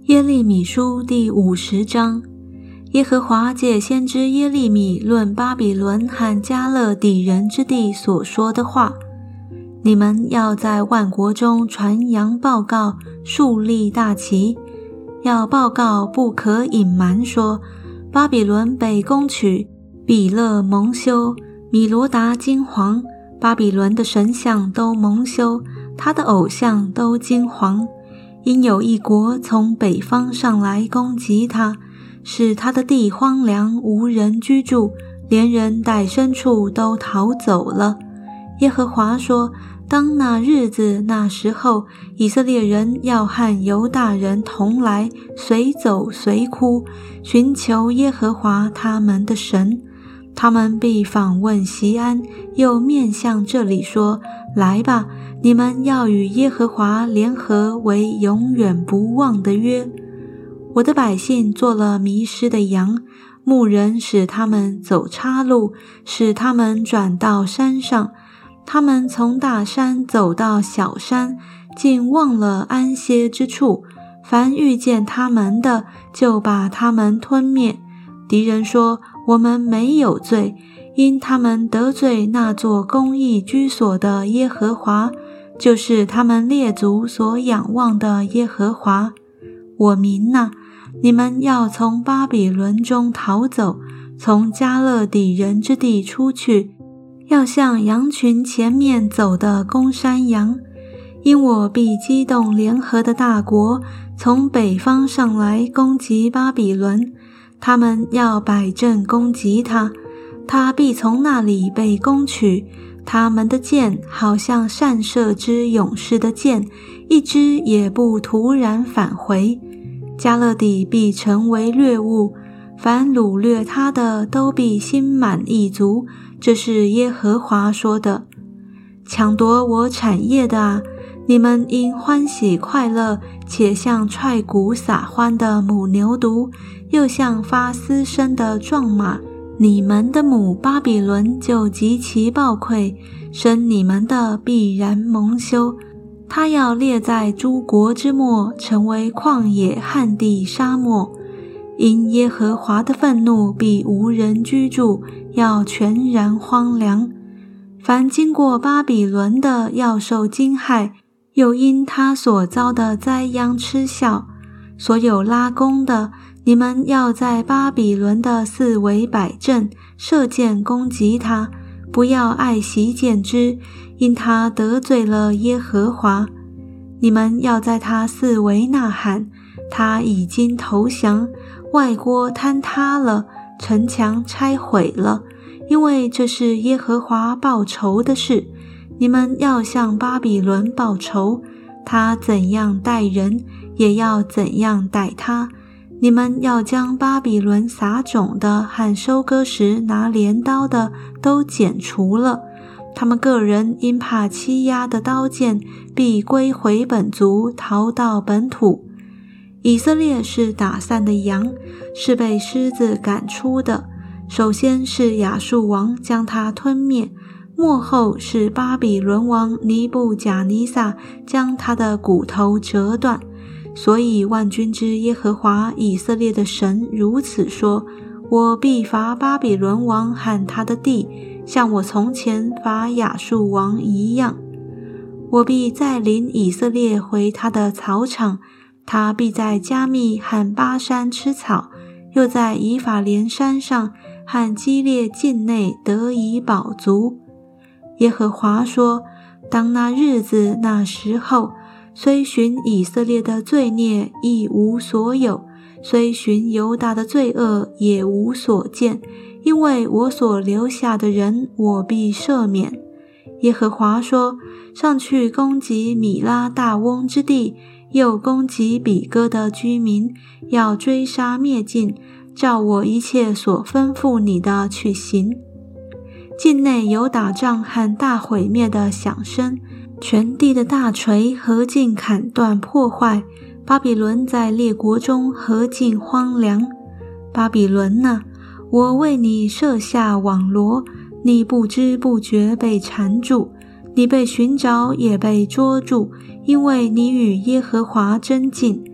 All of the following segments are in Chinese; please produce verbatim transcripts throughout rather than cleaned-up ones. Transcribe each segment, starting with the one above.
耶利米书第五十章，耶和华借先知耶利米论巴比伦和迦勒底人之地所说的话：你们要在万国中传扬报告，树立大旗，要报告不可隐瞒说，巴比伦被攻取，比勒蒙羞，米罗达惊惶，巴比伦的神像都蒙羞，他的偶像都惊惶。因有一国从北方上来攻击他，使他的地荒凉，无人居住，连人带牲畜都逃走了。耶和华说，当那日子那时候，以色列人要和犹大人同来，随走随哭，寻求耶和华他们的神。他们必访问锡安，又面向这里说，来吧，你们要与耶和华联合为永远不忘的约。我的百姓做了迷失的羊，牧人使他们走岔路，使他们转到山上。他们从大山走到小山，竟忘了安歇之处。凡遇见他们的，就把他们吞灭。敌人说，我们没有罪，因他们得罪那座公义居所的耶和华，就是他们列祖所仰望的耶和华。我民哪，你们要从巴比伦中逃走，从迦勒底人之地出去，要向羊群前面走的公山羊。因我必激动联合的大国，从北方上来攻击巴比伦，他们要摆阵攻击他，他必从那里被攻取。他们的箭好像善射之勇士的箭，一支也不突然返回。迦勒底必成为掠物，凡掳掠他的都必心满意足，这是耶和华说的。抢夺我产业的啊，你们应欢喜快乐，且像踹鼓撒欢的母牛犊，又像发嘶声的壮马。你们的母巴比伦就极其暴愧，生你们的必然蒙羞。他要列在诸国之末，成为旷野旱地沙漠。因耶和华的愤怒必无人居住，要全然荒凉。凡经过巴比伦的要受惊骇，又因他所遭的灾殃嗤笑。所有拉弓的，你们要在巴比伦的四围摆阵，射箭攻击他，不要爱惜箭支，因他得罪了耶和华。你们要在他四围呐喊，他已经投降，外郭坍塌了，城墙拆毁了，因为这是耶和华报仇的事。你们要向巴比伦报仇，他怎样待人，也要怎样待他。你们要将巴比伦撒种的和收割时拿镰刀的都剪除了，他们个人因怕欺压的刀剑，必归回本族，逃到本土。以色列是打散的羊，是被狮子赶出的。首先是亚述王将他吞灭，末后是巴比伦王尼布甲尼撒将他的骨头折断。所以万军之耶和华以色列的神如此说，我必罚巴比伦王和他的地，像我从前罚亚述王一样。我必再领以色列回他的草场，他必在加密和巴山吃草，又在以法莲山上和基列境内得以饱足。耶和华说，当那日子那时候，虽寻以色列的罪孽亦无所有，虽寻犹大的罪恶也无所见，因为我所留下的人我必赦免。耶和华说，上去攻击米拉大翁之地，又攻击比哥的居民，要追杀灭尽，照我一切所吩咐你的去行。境内有打仗和大毁灭的响声，全地的大锤何尽砍断破坏，巴比伦在列国中何尽荒凉。巴比伦哪，我为你设下网罗，你不知不觉被缠住，你被寻找也被捉住，因为你与耶和华争竞。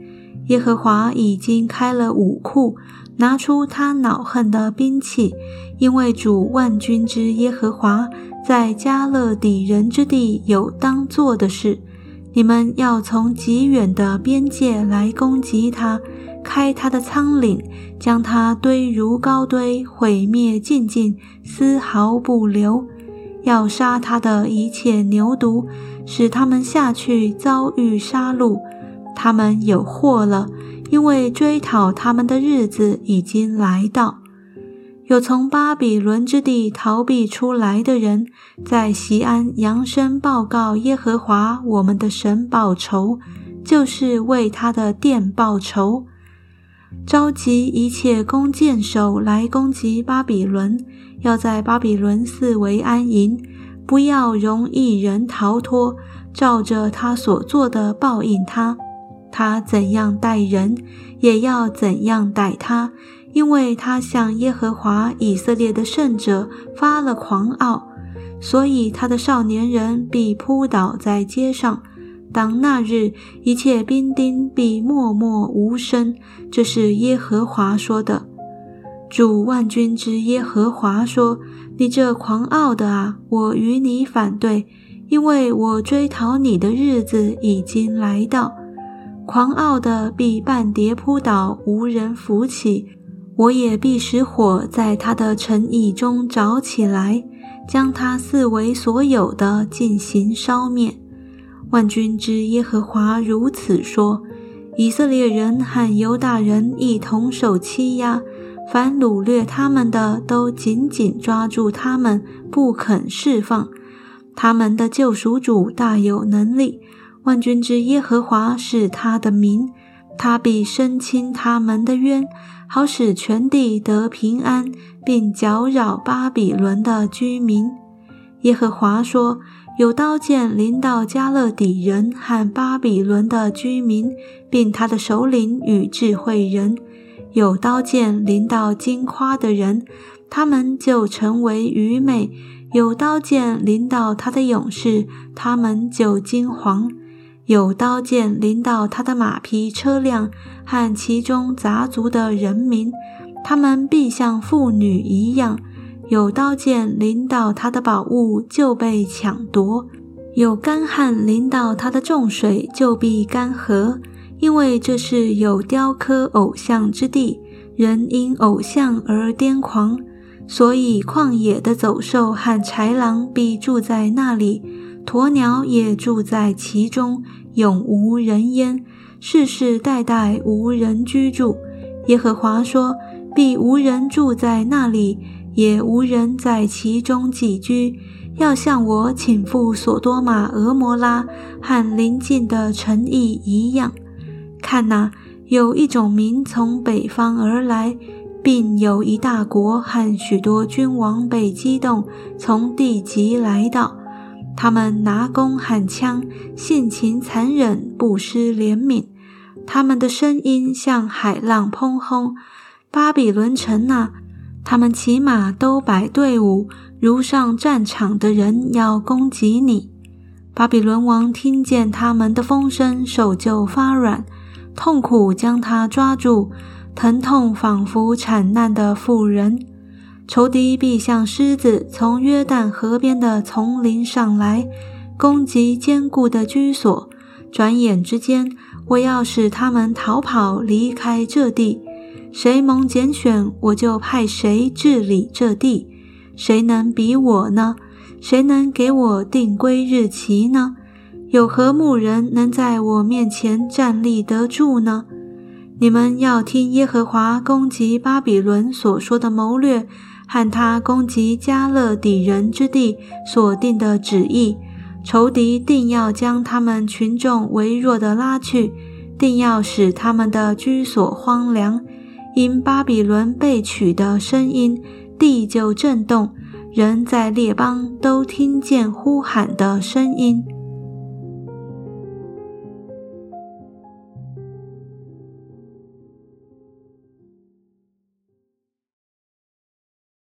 耶和华已经开了武库，拿出他恼恨的兵器，因为主万军之耶和华在加勒底人之地有当做的事。你们要从极远的边界来攻击他，开他的仓廪，将他堆如高堆，毁灭尽尽，丝毫不留。要杀他的一切牛犊，使他们下去遭遇杀戮。他们有祸了，因为追讨他们的日子已经来到。有从巴比伦之地逃避出来的人，在锡安扬声报告耶和华我们的神报仇，就是为他的殿报仇。召集一切弓箭手来攻击巴比伦，要在巴比伦四围安营，不要容一人逃脱，照着他所做的报应他。他怎样待人，也要怎样待他，因为他向耶和华以色列的圣者发了狂傲，所以他的少年人必扑倒在街上。当那日，一切兵丁必默默无声，这是耶和华说的。主万军之耶和华说：你这狂傲的啊，我与你反对，因为我追讨你的日子已经来到。狂傲的必半跌扑倒，无人扶起。我也必使火在他的城邑中着起来，将他四围所有的进行烧灭。万军之耶和华如此说：以色列人和犹大人一同受欺压，凡掳掠他们的都紧紧抓住他们，不肯释放。他们的救赎主大有能力，万军之耶和华是他的名，他必伸清他们的冤，好使全地得平安，并搅扰巴比伦的居民。耶和华说：有刀剑临到加勒底人和巴比伦的居民，并他的首领与智慧人；有刀剑临到矜夸的人，他们就成为愚昧；有刀剑临到他的勇士，他们就惊惶；有刀剑临到他的马匹车辆和其中杂族的人民，他们必像妇女一样；有刀剑临到他的宝物，就被抢夺；有干旱临到他的众水，就必干涸。因为这是有雕刻偶像之地，人因偶像而癫狂，所以旷野的走兽和豺狼必住在那里，鸵鸟也住在其中，永无人烟，世世代代无人居住。耶和华说：必无人住在那里，也无人在其中寄居，要像我倾覆所多玛、俄摩拉和邻近的城邑一样。看哪，有一种民从北方而来，并有一大国和许多君王被激动，从地极来到。他们拿弓和枪，性情残忍，不失怜悯。他们的声音像海浪砰轰。巴比伦城啊，他们骑马都摆队伍，如上战场的人要攻击你。巴比伦王听见他们的风声，手就发软，痛苦将他抓住，疼痛仿佛产难的妇人。仇敌必像狮子从约旦河边的丛林上来，攻击坚固的居所。转眼之间，我要使他们逃跑，离开这地。谁蒙拣选，我就派谁治理这地。谁能比我呢？谁能给我定规日期呢？有何牧人能在我面前站立得住呢？你们要听耶和华攻击巴比伦所说的谋略，和他攻击加勒底人之地所定的旨意。仇敌定要将他们群众微弱的拉去，定要使他们的居所荒凉。因巴比伦被取的声音，地就震动，人在列邦都听见呼喊的声音。